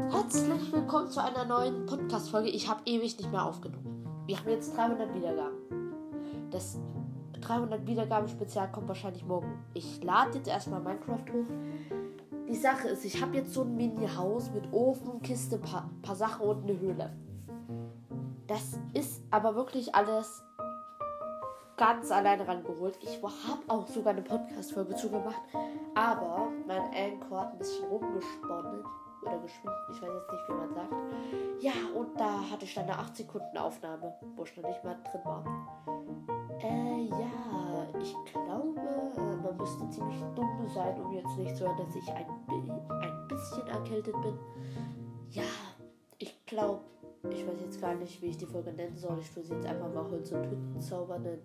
Herzlich willkommen zu einer neuen Podcast-Folge. Ich habe ewig nicht mehr aufgenommen. Wir haben jetzt 300 Wiedergaben. Das 300 Wiedergaben-Spezial kommt wahrscheinlich morgen. Ich lade jetzt erstmal Minecraft hoch. Die Sache ist, ich habe jetzt so ein Mini-Haus mit Ofen, Kiste, paar Sachen und eine Höhle. Das ist aber wirklich alles ganz alleine rangeholt. Ich habe auch sogar eine Podcast-Folge zugemacht, aber mein Anchor hat ein bisschen rumgesponnen oder geschwimmt, ich weiß jetzt nicht, wie man sagt. Ja, und da hatte ich dann eine 8 Sekunden Aufnahme, wo ich noch nicht mal drin war. Ja, ich glaube, man müsste ziemlich dumm sein, um jetzt nicht zu hören, dass ich ein bisschen erkältet bin. Ja, ich glaube, ich weiß jetzt gar nicht, wie ich die Folge nennen soll. Ich will sie jetzt einfach mal Holz- und Hüttenzauber nennen.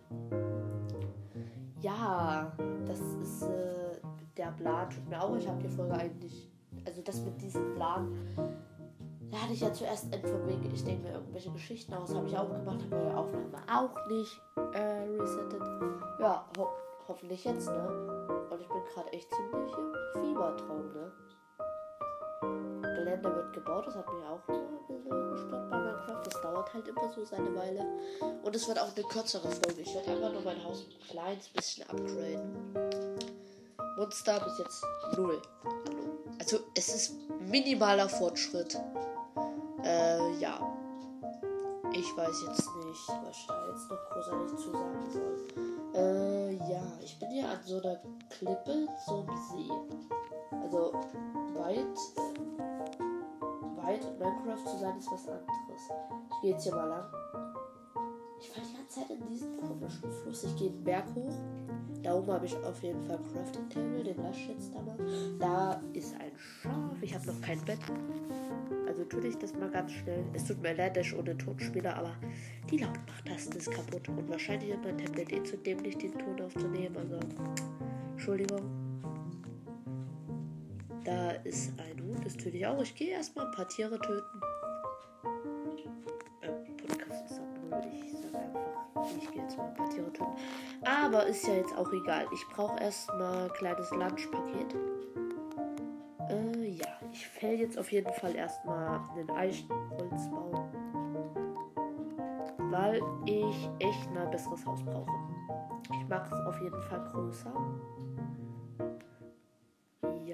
Ja, das ist der Plan. Tut mir auch, ich habe die Folge eigentlich, also das mit diesem Plan, da hatte ich ja zuerst von wegen, ich denke mir irgendwelche Geschichten aus, habe ich auch gemacht, habe meine Aufnahme auch nicht resettet. Ja, hoffentlich jetzt, ne? Und ich bin gerade echt ziemlich im Fiebertraum, ne? Gelände wird gebaut, das hat mich auch immer ein bisschen gestört bei Minecraft. Das dauert halt immer so seine Weile. Und es wird auch eine kürzere Folge. Ich werde einfach nur mein Haus ein kleines bisschen upgraden. Monster bis jetzt 0. Also es ist minimaler Fortschritt. Ja. Ich weiß jetzt nicht, was ich da jetzt noch großartig zu sagen soll. Ja, ich bin hier an so einer Klippe zum See. Also weit in Minecraft zu sein ist was anderes. Ich gehe jetzt hier mal lang. Ich fahre die ganze Zeit in diesen komischen Fluss. Ich gehe den Berg hoch. Da oben habe ich auf jeden Fall Crafting Table, den lasse ich jetzt da mal. Da ist ein Schaf. Ich habe noch kein Bett. Also tue ich das mal ganz schnell. Es tut mir leid, dass ich ohne Ton spiele, aber die Lautmachtaste ist kaputt. Und wahrscheinlich ist mein Tablet zu dämlich, den Ton aufzunehmen. Also, Entschuldigung. Da ist ein Hund, das töte ich auch. Ich gehe erstmal ein paar Tiere töten. Podcast ist auch null. Ich sage einfach, ich gehe jetzt mal ein paar Tiere töten. Aber ist ja jetzt auch egal. Ich brauche erstmal ein kleines Lunchpaket. Ja, ich fäll jetzt auf jeden Fall erstmal einen Eichenholzbaum. Weil ich echt mal ein besseres Haus brauche. Ich mache es auf jeden Fall größer. Ja.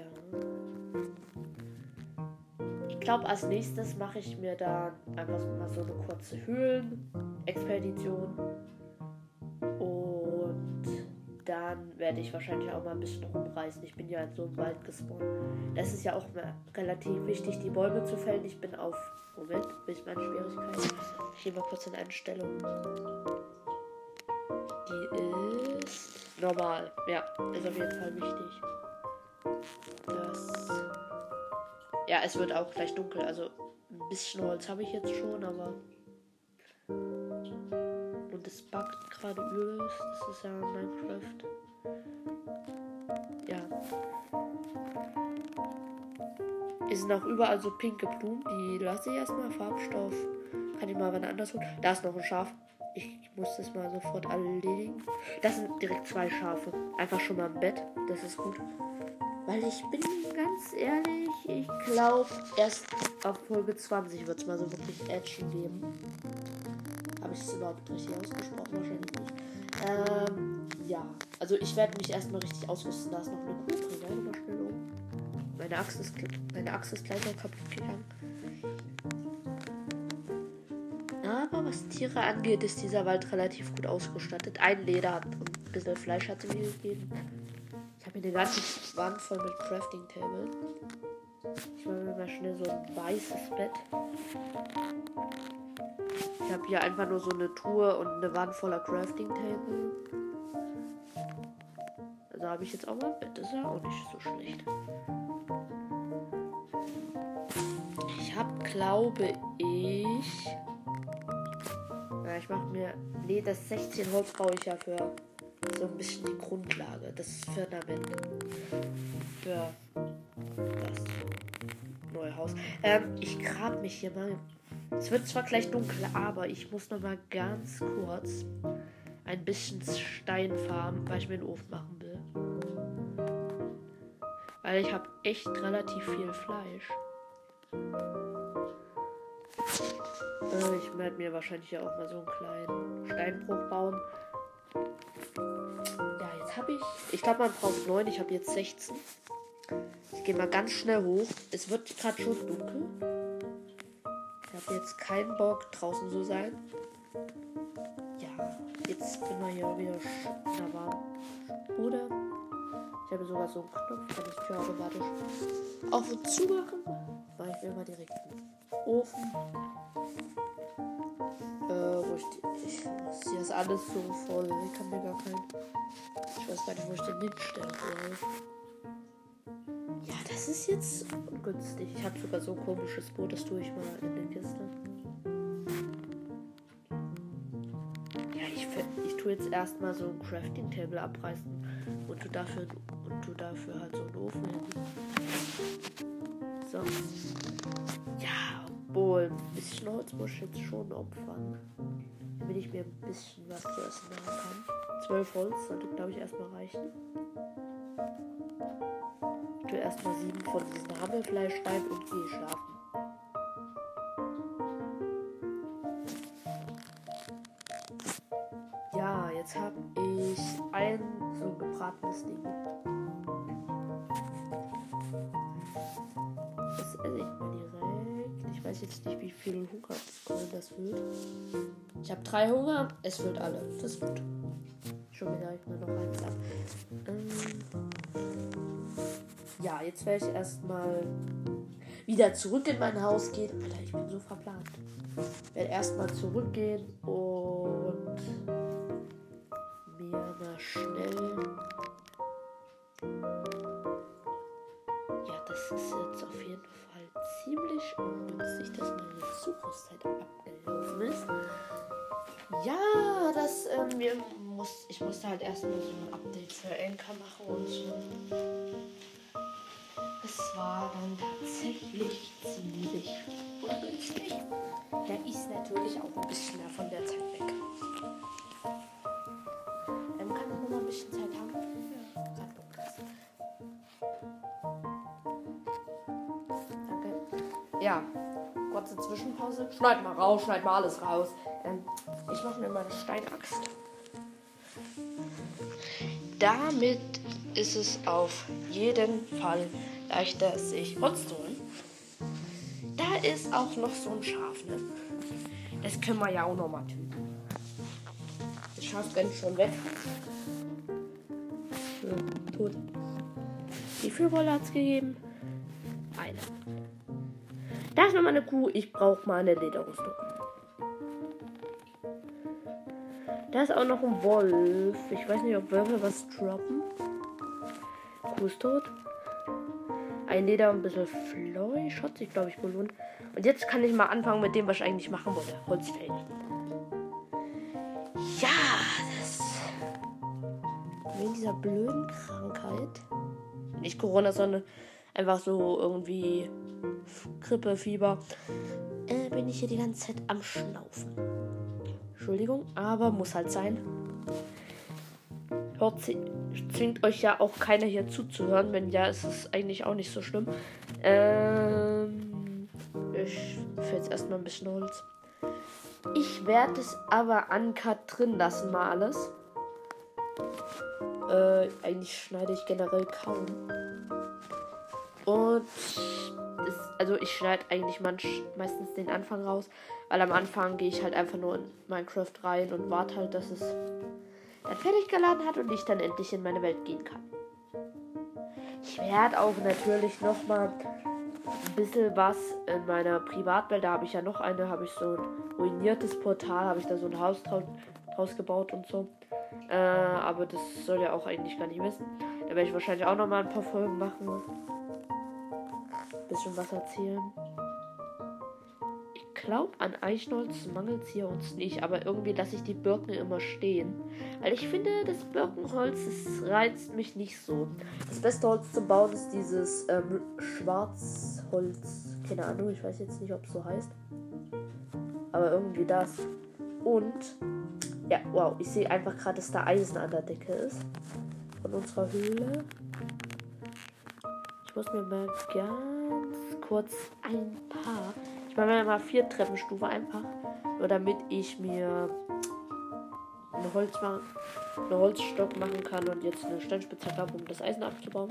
Ich glaube, als nächstes mache ich mir dann einfach mal so eine kurze Höhlen-Expedition. Und dann werde ich wahrscheinlich auch mal ein bisschen rumreisen. Ich bin ja in so einem Wald gespawnt. Das ist ja auch mal relativ wichtig, die Bäume zu fällen. Ich bin auf... Moment, bin ich meine Schwierigkeit? Ich gehe mal kurz in Einstellung. Die ist normal. Ja, ist auf jeden Fall wichtig. Ja, es wird auch gleich dunkel. Also ein bisschen Holz habe ich jetzt schon, aber... Und es buggt gerade übelst. Das ist ja Minecraft. Ja. Es sind auch überall so pinke Blumen. Die lasse ich erstmal. Farbstoff. Kann ich mal wann anders holen. Da ist noch ein Schaf. Ich muss das mal sofort erledigen. Das sind direkt 2 Schafe. Einfach schon mal im Bett. Das ist gut. Weil ich bin ganz ehrlich, ich glaube, erst auf Folge 20 wird es mal so wirklich Action geben. Habe ich es überhaupt richtig ausgesprochen? Wahrscheinlich nicht. Ja, also ich werde mich erstmal richtig ausrüsten. Da ist noch eine Kuh. Bring ich auch nochmal schnell um. Meine Axt ist gleich noch kaputt gegangen. Aber was Tiere angeht, ist dieser Wald relativ gut ausgestattet. Ein Leder und ein bisschen Fleisch hat sie mir gegeben. Ich habe hier eine ganze Wand voll mit Crafting Table. Ich mache mir mal schnell so ein weißes Bett. Ich habe hier einfach nur so eine Truhe und eine Wand voller Crafting Table. Also habe ich jetzt auch mal ein Bett. Das ist ja auch nicht so schlecht. Ich habe, glaube ich... Ja, ich mache mir... Nee, das 16 Holz brauche ich ja für so ein bisschen die Grundlage. Das Fundament. Für das neue Haus. Ich grab mich hier mal. Es wird zwar gleich dunkel, aber ich muss noch mal ganz kurz ein bisschen Stein farmen, weil ich mir einen Ofen machen will. Weil ich habe echt relativ viel Fleisch. Ich werde mir wahrscheinlich auch mal so einen kleinen Steinbruch bauen. Ja, jetzt habe ich glaube, man braucht 9. Ich habe jetzt 16. Ich gehe mal ganz schnell hoch. Es wird gerade schon dunkel. Ich habe jetzt keinen Bock, draußen zu sein. Ja, jetzt bin wir hier wieder in der warmen Bude. Ich habe sogar so einen Knopf, kann ich Tür automatisch auf und zu machen. Mache ich mir mal direkt einen Ofen. Hier ist alles so voll. Ich kann mir gar keinen. Ich weiß gar nicht, wo ich den hinstellen soll. Ja, das ist jetzt ungünstig. Ich habe sogar so ein komisches Boot, das tue ich mal in der Kiste. Ja, ich tue jetzt erstmal so ein Crafting Table abreißen und tu dafür halt so einen Ofen hin. So. Ja, obwohl ein bisschen Holz muss ich jetzt schon opfern, damit ich mir ein bisschen was zu essen machen kann. 12 Holz sollte, glaube ich, erstmal reichen. Ich tue erstmal 7 von diesem Hammelfleisch rein und gehe schlafen. Ja, jetzt habe ich ein so gebratenes Ding. Das esse ich mal direkt. Ich weiß jetzt nicht, wie viel Hunger das wird. Ich habe 3 Hunger, es wird alle. Das ist gut. Schon wieder ich mir noch eins ab. Ja, jetzt werde ich erstmal wieder zurück in mein Haus gehen. Alter, ich bin so verplant. Ich werde erstmal zurückgehen und mir mal schnell. Ja, das ist jetzt auf jeden Fall ziemlich ungünstig, dass meine Suchzeit abgelaufen ist. Ja, ich musste halt erstmal so ein Update für Anchor machen und so. Es war dann tatsächlich ziemlich ungünstig. Da ist natürlich auch ein bisschen mehr von der Zeit weg. Kann ich noch mal ein bisschen Zeit haben? Ja, gerade Podcast. Danke. Ja, kurze Zwischenpause. Schneid mal raus, schneid mal alles raus. Ich mache mir mal eine Steinaxt. Damit ist es auf jeden Fall leichter, sich Holz zu holen. Da ist auch noch so ein Schaf, ne? Das können wir ja auch noch mal töten. Das Schaf rennt schon weg. So, tot. Wie viel Wolle hat's gegeben? Eine. Da ist nochmal eine Kuh. Ich brauche mal eine Lederrüstung. Da ist auch noch ein Wolf. Ich weiß nicht, ob Wölfe was droppen. Kuh ist tot. Ein Leder und ein bisschen Fleisch hat sich, glaube ich, gelohnt. Und jetzt kann ich mal anfangen mit dem, was ich eigentlich machen wollte. Holzfällen. Ja, das... Wegen dieser blöden Krankheit. Nicht Corona, sondern einfach so irgendwie Grippe, Fieber. Bin ich hier die ganze Zeit am Schnaufen. Entschuldigung, aber muss halt sein. Zwingt euch ja auch keiner hier zuzuhören. Wenn ja, ist es eigentlich auch nicht so schlimm. Ich will jetzt erstmal ein bisschen Holz. Ich werde es aber uncut drin lassen, mal alles. Eigentlich schneide ich generell kaum. Und ich schneide eigentlich meistens den Anfang raus, weil am Anfang gehe ich halt einfach nur in Minecraft rein und warte halt, dass es dann fertig geladen hat und ich dann endlich in meine Welt gehen kann. Ich werde auch natürlich nochmal ein bisschen was in meiner Privatwelt, da habe ich ja noch habe ich so ein ruiniertes Portal, habe ich da so ein Haus draus gebaut und so. Aber das soll ja auch eigentlich gar nicht wissen. Da werde ich wahrscheinlich auch nochmal ein paar Folgen machen. Bisschen was erzählen. Ich glaube, an Eichenholz mangelt es hier uns nicht, aber irgendwie lasse ich die Birken immer stehen. Weil ich finde, das Birkenholz, das reizt mich nicht so. Das beste Holz zum Bauen ist dieses Schwarzholz. Keine Ahnung, ich weiß jetzt nicht, ob es so heißt. Aber irgendwie das. Und, ja, wow, ich sehe einfach gerade, dass da Eisen an der Decke ist. Von unserer Höhle. Ich muss mir mal ganz kurz ein paar. Ich mache mir mal 4 Treppenstufen einfach. Nur damit ich mir einen Holzstock machen kann und jetzt eine Steinspitzhacke habe, um das Eisen abzubauen.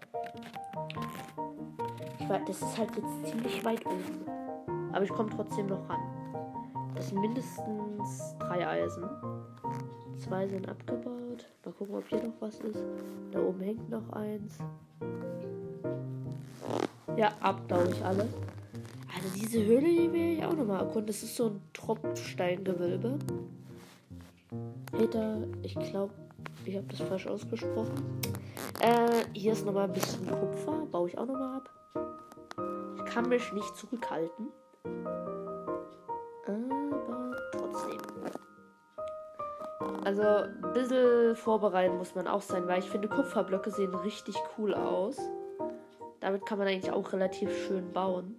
Ich weiß, das ist halt jetzt ziemlich weit oben. Aber ich komme trotzdem noch ran. Das sind mindestens 3 Eisen. 2 sind abgebaut. Mal gucken, ob hier noch was ist. Da oben hängt noch eins. Ja, abbaue ich alle. Also diese Höhle, die will ich auch nochmal erkunden. Das ist so ein Tropfsteingewölbe. Hater, ich glaube, ich habe das falsch ausgesprochen. Hier ist nochmal ein bisschen Kupfer. Baue ich auch nochmal ab. Ich kann mich nicht zurückhalten. Aber trotzdem. Also ein bisschen vorbereiten muss man auch sein, weil ich finde, Kupferblöcke sehen richtig cool aus. Damit kann man eigentlich auch relativ schön bauen.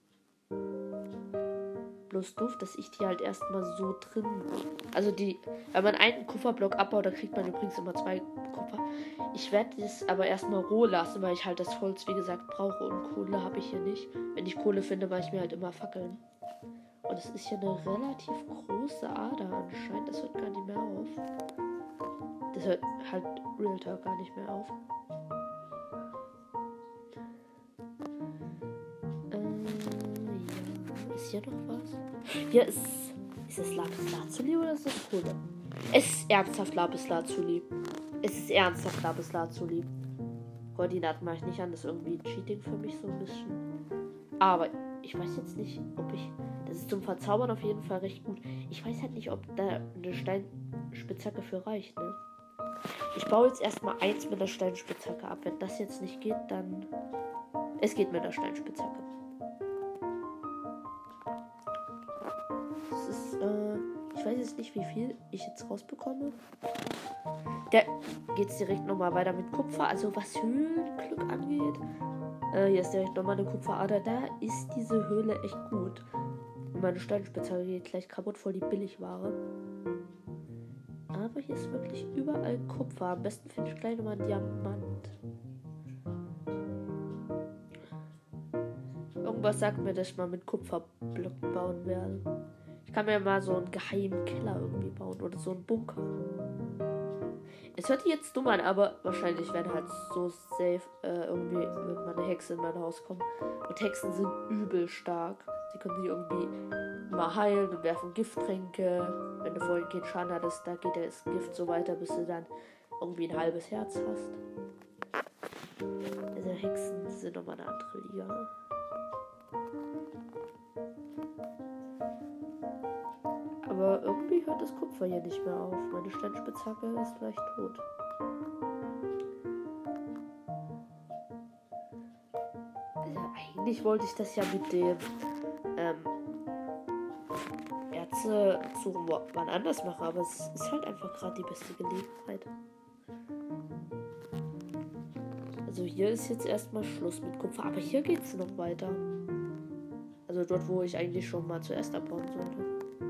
Bloß doof, dass ich die halt erstmal so drin. Also wenn man einen Kupferblock abbaut, dann kriegt man übrigens immer 2 Kupfer. Ich werde das aber erstmal roh lassen, weil ich halt das Holz, wie gesagt, brauche. Und Kohle habe ich hier nicht. Wenn ich Kohle finde, mache ich mir halt immer Fackeln. Und es ist hier eine relativ große Ader anscheinend. Das hört gar nicht mehr auf. Das hört halt Real Talk gar nicht mehr auf. Ja. Ist hier noch was? Hier ist es Lapis Lazuli oder ist das Kohle? Es ist ernsthaft Lapis Lazuli. Es ist ernsthaft Lapis Lazuli. Koordinaten mache ich nicht an. Das ist irgendwie Cheating für mich so ein bisschen. Aber ich weiß jetzt nicht, ob ich... Das ist zum Verzaubern auf jeden Fall recht gut. Ich weiß halt nicht, ob da eine Steinspitzhacke für reicht, ne? Ich baue jetzt erstmal eins mit der Steinspitzhacke ab. Wenn das jetzt nicht geht, dann... Es geht mit der Steinspitzhacke. Das ist, ich weiß jetzt nicht, wie viel ich jetzt rausbekomme. Da geht es direkt nochmal weiter mit Kupfer. Also was Höhlenglück angeht. Hier ist direkt nochmal eine Kupferader. Da ist diese Höhle echt gut. Und meine Steinspitzhacke geht gleich kaputt, voll die Billigware. Aber hier ist wirklich überall Kupfer. Am besten finde ich gleich nochmal einen Diamant. Irgendwas sagt mir, dass ich mal mit Kupferblöcken bauen werde. Ich kann mir mal so einen geheimen Keller irgendwie bauen. Oder so einen Bunker. Es hört sich jetzt dumm an, aber wahrscheinlich werden halt so safe irgendwie wird mal eine Hexe in mein Haus kommen. Und Hexen sind übel stark. Sie können sich irgendwie mal heilen und werfen Gifttränke. Wenn du vorhin keinen Schaden hattest, da geht das Gift so weiter, bis du dann irgendwie ein halbes Herz hast. Also Hexen sind nochmal eine andere Liga. Aber irgendwie hört das Kupfer hier nicht mehr auf. Meine Steinspitzhacke ist gleich tot. Also eigentlich wollte ich das ja mit dem Erze zu wann anders machen, aber es ist halt einfach gerade die beste Gelegenheit. Also hier ist jetzt erstmal Schluss mit Kupfer, aber hier geht es noch weiter. Also dort, wo ich eigentlich schon mal zuerst abbauen sollte.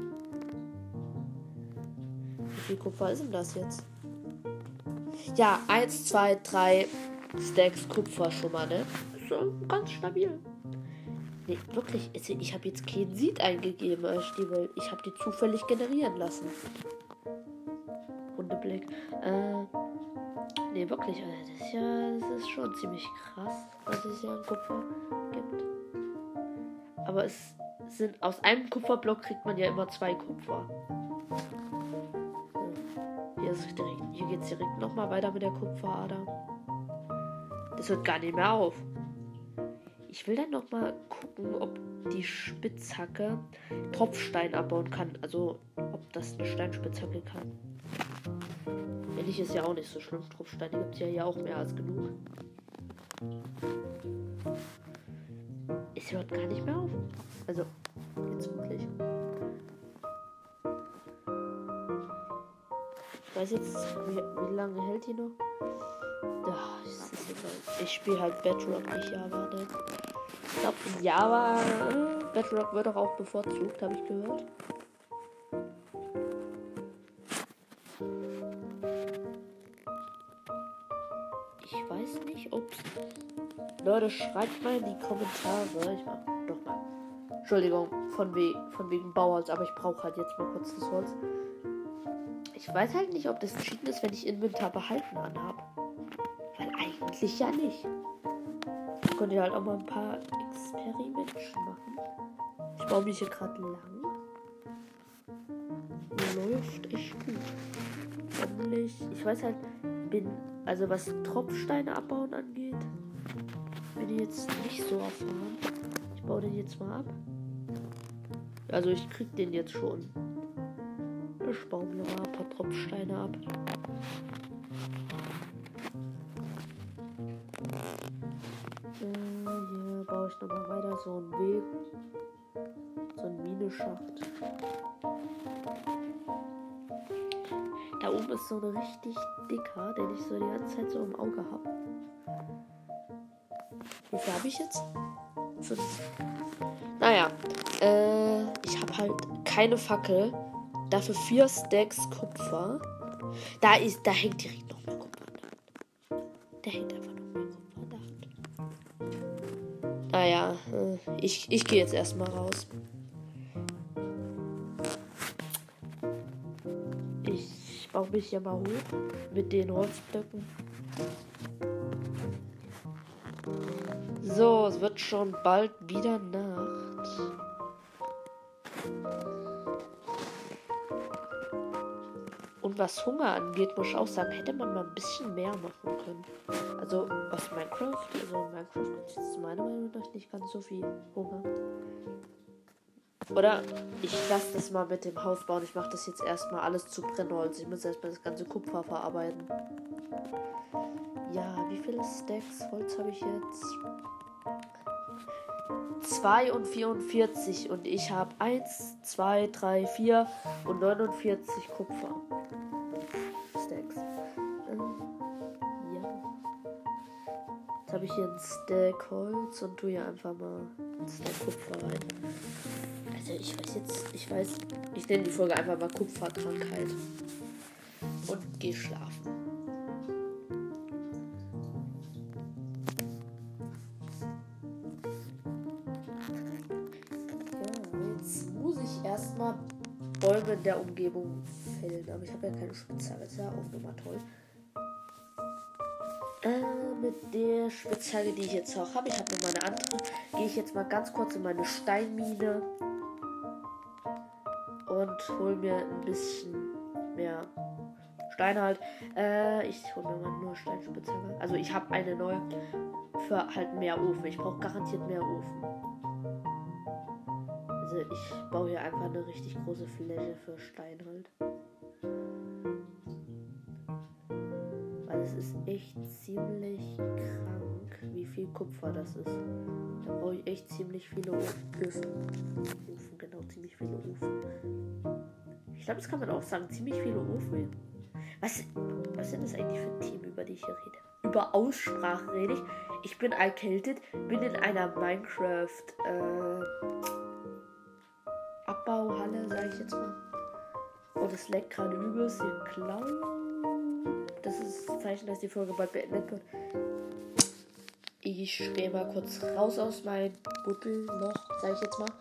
Wie viel Kupfer ist denn das jetzt? Ja, 1, 2, 3 Stacks Kupfer schon mal, ne? So ganz stabil. Ne, wirklich, ich habe jetzt keinen Seed eingegeben als Stiebel. Ich habe die zufällig generieren lassen. Hundeblick. Ne, wirklich, das ist schon ziemlich krass, was es hier an Kupfer gibt. Aber es sind, aus einem Kupferblock kriegt man ja immer 2 Kupfer. Hier geht es direkt nochmal weiter mit der Kupferader. Das hört gar nicht mehr auf. Ich will dann nochmal gucken, ob die Spitzhacke Tropfstein abbauen kann. Also, ob das eine Steinspitzhacke kann. Wenn nicht, ist ja auch nicht so schlimm. Tropfsteine gibt es ja hier auch mehr als genug. Es hört gar nicht mehr auf. Also, jetzt wirklich. Ich weiß jetzt, wie lange hält die noch? Ja, ich spiele halt Bedrock, nicht Java, ne? Ich glaube, in Java, Bedrock wird auch bevorzugt, habe ich gehört. Ich weiß nicht, ob Leute, schreibt mal in die Kommentare. Ich mach doch mal. Entschuldigung, von wegen Bauholz, aber ich brauche halt jetzt mal kurz das Holz. Ich weiß halt nicht, ob das entschieden ist, wenn ich Inventar behalten anhab. Weil eigentlich ja nicht. Ich könnte ja halt auch mal ein paar Experimente machen. Ich baue mich hier gerade lang. Läuft echt gut. Hoffentlich. Ich weiß halt, also was Tropfsteine abbauen angeht, bin ich jetzt nicht so erfahren. Ich baue den jetzt mal ab. Also ich krieg den jetzt schon. Ich baue mir mal ein paar Tropfsteine ab. Hier baue ich nochmal weiter so einen Weg. So einen Minenschacht. Da oben ist so ein richtig dicker, den ich so die ganze Zeit so im Auge habe. Wie viel habe ich jetzt? 5. Naja, ich habe halt keine Fackel. Dafür 4 Stacks Kupfer. Da hängt direkt noch mehr Kupfer an der Hand. Da hängt einfach noch mehr Kupfer an der Hand. Naja, ich gehe jetzt erstmal raus. Ich baue mich hier mal hoch mit den Holzblöcken. So, es wird schon bald wieder Nacht. Und was Hunger angeht, muss ich auch sagen, hätte man mal ein bisschen mehr machen können. Also aus Minecraft. Also in Minecraft gibt es jetzt meiner Meinung nach nicht ganz so viel Hunger. Oder ich lasse das mal mit dem Haus bauen. Ich mache das jetzt erstmal alles zu Brennholz. Ich muss erstmal das ganze Kupfer verarbeiten. Ja, wie viele Stacks Holz habe ich jetzt? 2 und 44 und ich habe 1, 2, 3, 4 und 49 Kupfer. Stacks. Ja. Jetzt habe ich hier ein Stack Holz und tue hier einfach mal ein Stack Kupfer rein. Also ich nenne die Folge einfach mal Kupferkrankheit. Und gehe schlafen. Erstmal Bäume in der Umgebung fällen. Aber ich habe ja keine Spitzhacke. Das ist ja auch nochmal toll. Mit der Spitzhacke, die ich jetzt auch habe, ich habe noch meine andere, gehe ich jetzt mal ganz kurz in meine Steinmine und hole mir ein bisschen mehr Steine halt. Ich hole mir mal nur Steinspitzhacke. Also ich habe eine neue für halt mehr Ofen. Ich brauche garantiert mehr Ofen. Also ich baue hier einfach eine richtig große Fläche für Stein halt. Weil es ist echt ziemlich krank, wie viel Kupfer das ist. Da brauche ich echt ziemlich viele Öfen. Genau, ziemlich viele Öfen. Ich glaube, das kann man auch sagen, ziemlich viele Öfen. Was sind das eigentlich für Themen, über die ich hier rede? Über Aussprache rede ich. Ich bin erkältet, bin in einer Minecraft, Abbauhalle, sage ich jetzt mal. Und es leckt gerade übelst den Clown. Das ist das Zeichen, dass die Folge bald beendet wird. Ich stehe mal kurz raus aus meinem Buttelloch, sage ich jetzt mal.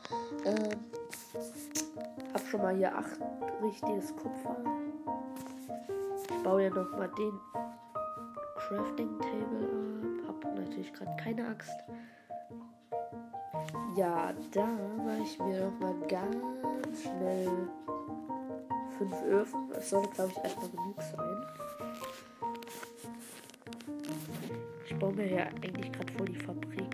Hab schon mal hier 8 richtiges Kupfer. Ich baue ja noch mal den Crafting Table ab. Hab natürlich gerade keine Axt. Ja, da mache ich mir noch mal ganz schnell 5 Öfen. Es sollte, glaube ich, erstmal genug sein. Ich baue mir ja eigentlich gerade vor die Fabrik.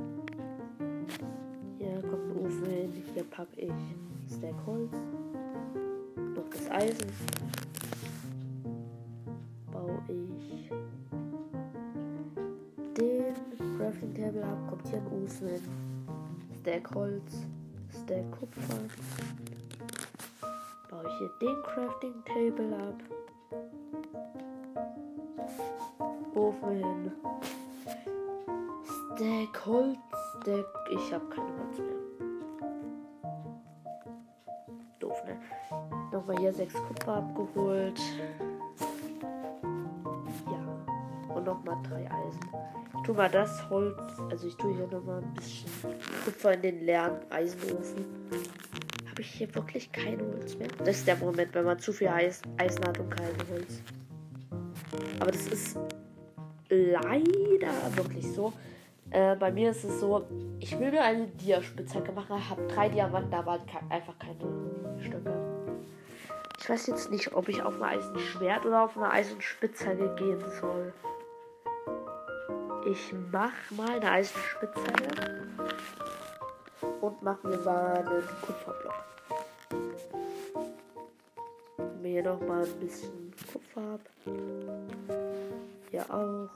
Hier kommt ein Ofen hin. Hier packe ich Stack Holz. Noch das Eisen. Baue ich den Crafting Table ab. Kommt hier ein Ofen hin. Stack Holz. Stack Kupfer. Baue ich hier den Crafting Table ab. Ofen hin. Stack Holz. Stack. Ich habe kein Holz mehr. Doof, ne? Nochmal hier 6 Kupfer abgeholt. Ja. Und nochmal nochmal 3 Eisen. Ich tue mal das Holz, also ich tue hier nochmal ein bisschen Kupfer in den leeren Eisenofen. Habe ich hier wirklich kein Holz mehr? Das ist der Moment, wenn man zu viel Eisen hat und kein Holz. Aber das ist leider wirklich so. Bei mir ist es so, ich will mir eine Dia-Spitzhacke machen, habe 3 Diamanten, da waren einfach keine Stücke. Ich weiß jetzt nicht, ob ich auf ein Eisenschwert oder auf eine Eisenspitzhacke gehen soll. Ich mache mal eine Eisenspitzhacke und mache mir mal einen Kupferblock. Mir hier noch mal ein bisschen Kupfer ab. Hier auch.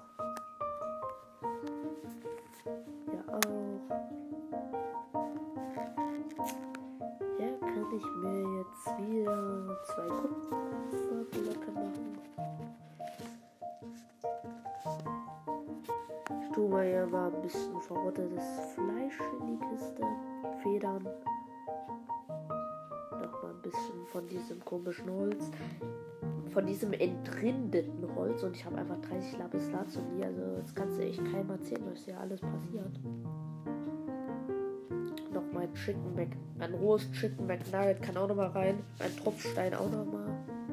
Hier auch. Hier kann ich mir jetzt wieder 2 Kupferblöcke machen. Ich tue mal hier mal ein bisschen verrottetes Fleisch in die Kiste. Federn. Nochmal ein bisschen von diesem komischen Holz. Von diesem entrindeten Holz. Und ich habe einfach 30 Lapis Lazuli. Also jetzt kannst du echt keinem erzählen, was hier alles passiert. Nochmal ein rohes Chicken McNugget kann auch nochmal rein. Ein Tropfstein auch nochmal.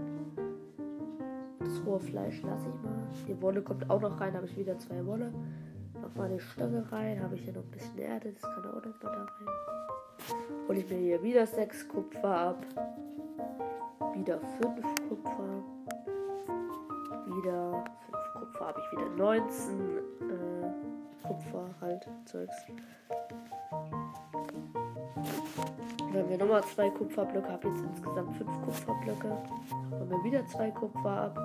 Das rohe Fleisch lasse ich mal. Die Wolle kommt auch noch rein. Habe ich wieder 2 Wolle. Nochmal eine Stange rein. Habe ich hier noch ein bisschen Erde. Das kann auch nochmal da rein. Hole ich mir hier wieder 6 Kupfer ab. Wieder 5 Kupfer. Wieder 5 Kupfer. Habe ich wieder 19 Kupfer halt. Zeugs. Wenn wir nochmal 2 Kupferblöcke, habe jetzt insgesamt 5 Kupferblöcke. Holen wir wieder 2 Kupfer ab.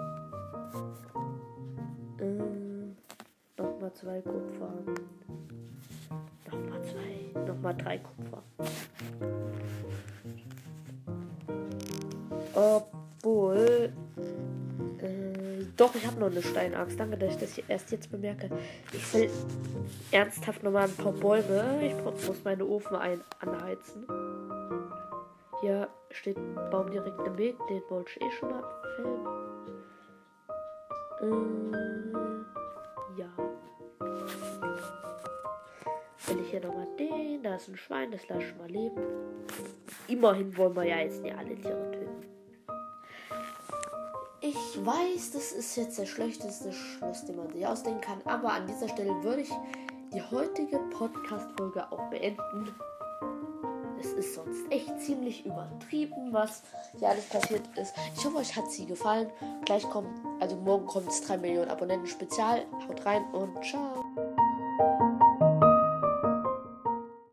Nochmal 2 Kupfer. Nochmal 2. Nochmal 3 Kupfer. Obwohl. Doch, ich habe noch eine Steinaxt. Danke, dass ich das erst jetzt bemerke. Ich will ernsthaft nochmal ein paar Bäume. Ich muss meine Ofen anheizen. Hier steht ein Baum direkt im Weg. Den wollte ich schon mal abfällen. Ja. Will ich hier nochmal den. Da ist ein Schwein, das lasse ich mal leben. Immerhin wollen wir ja jetzt nicht alle Tiere töten. Ich weiß, das ist jetzt der schlechteste Schluss, den man sich ausdenken kann. Aber an dieser Stelle würde ich die heutige Podcast-Folge auch beenden. Es ist sonst echt ziemlich übertrieben, was hier alles passiert ist. Ich hoffe, euch hat sie gefallen. Morgen kommt es 3 Millionen Abonnenten Spezial. Haut rein und ciao.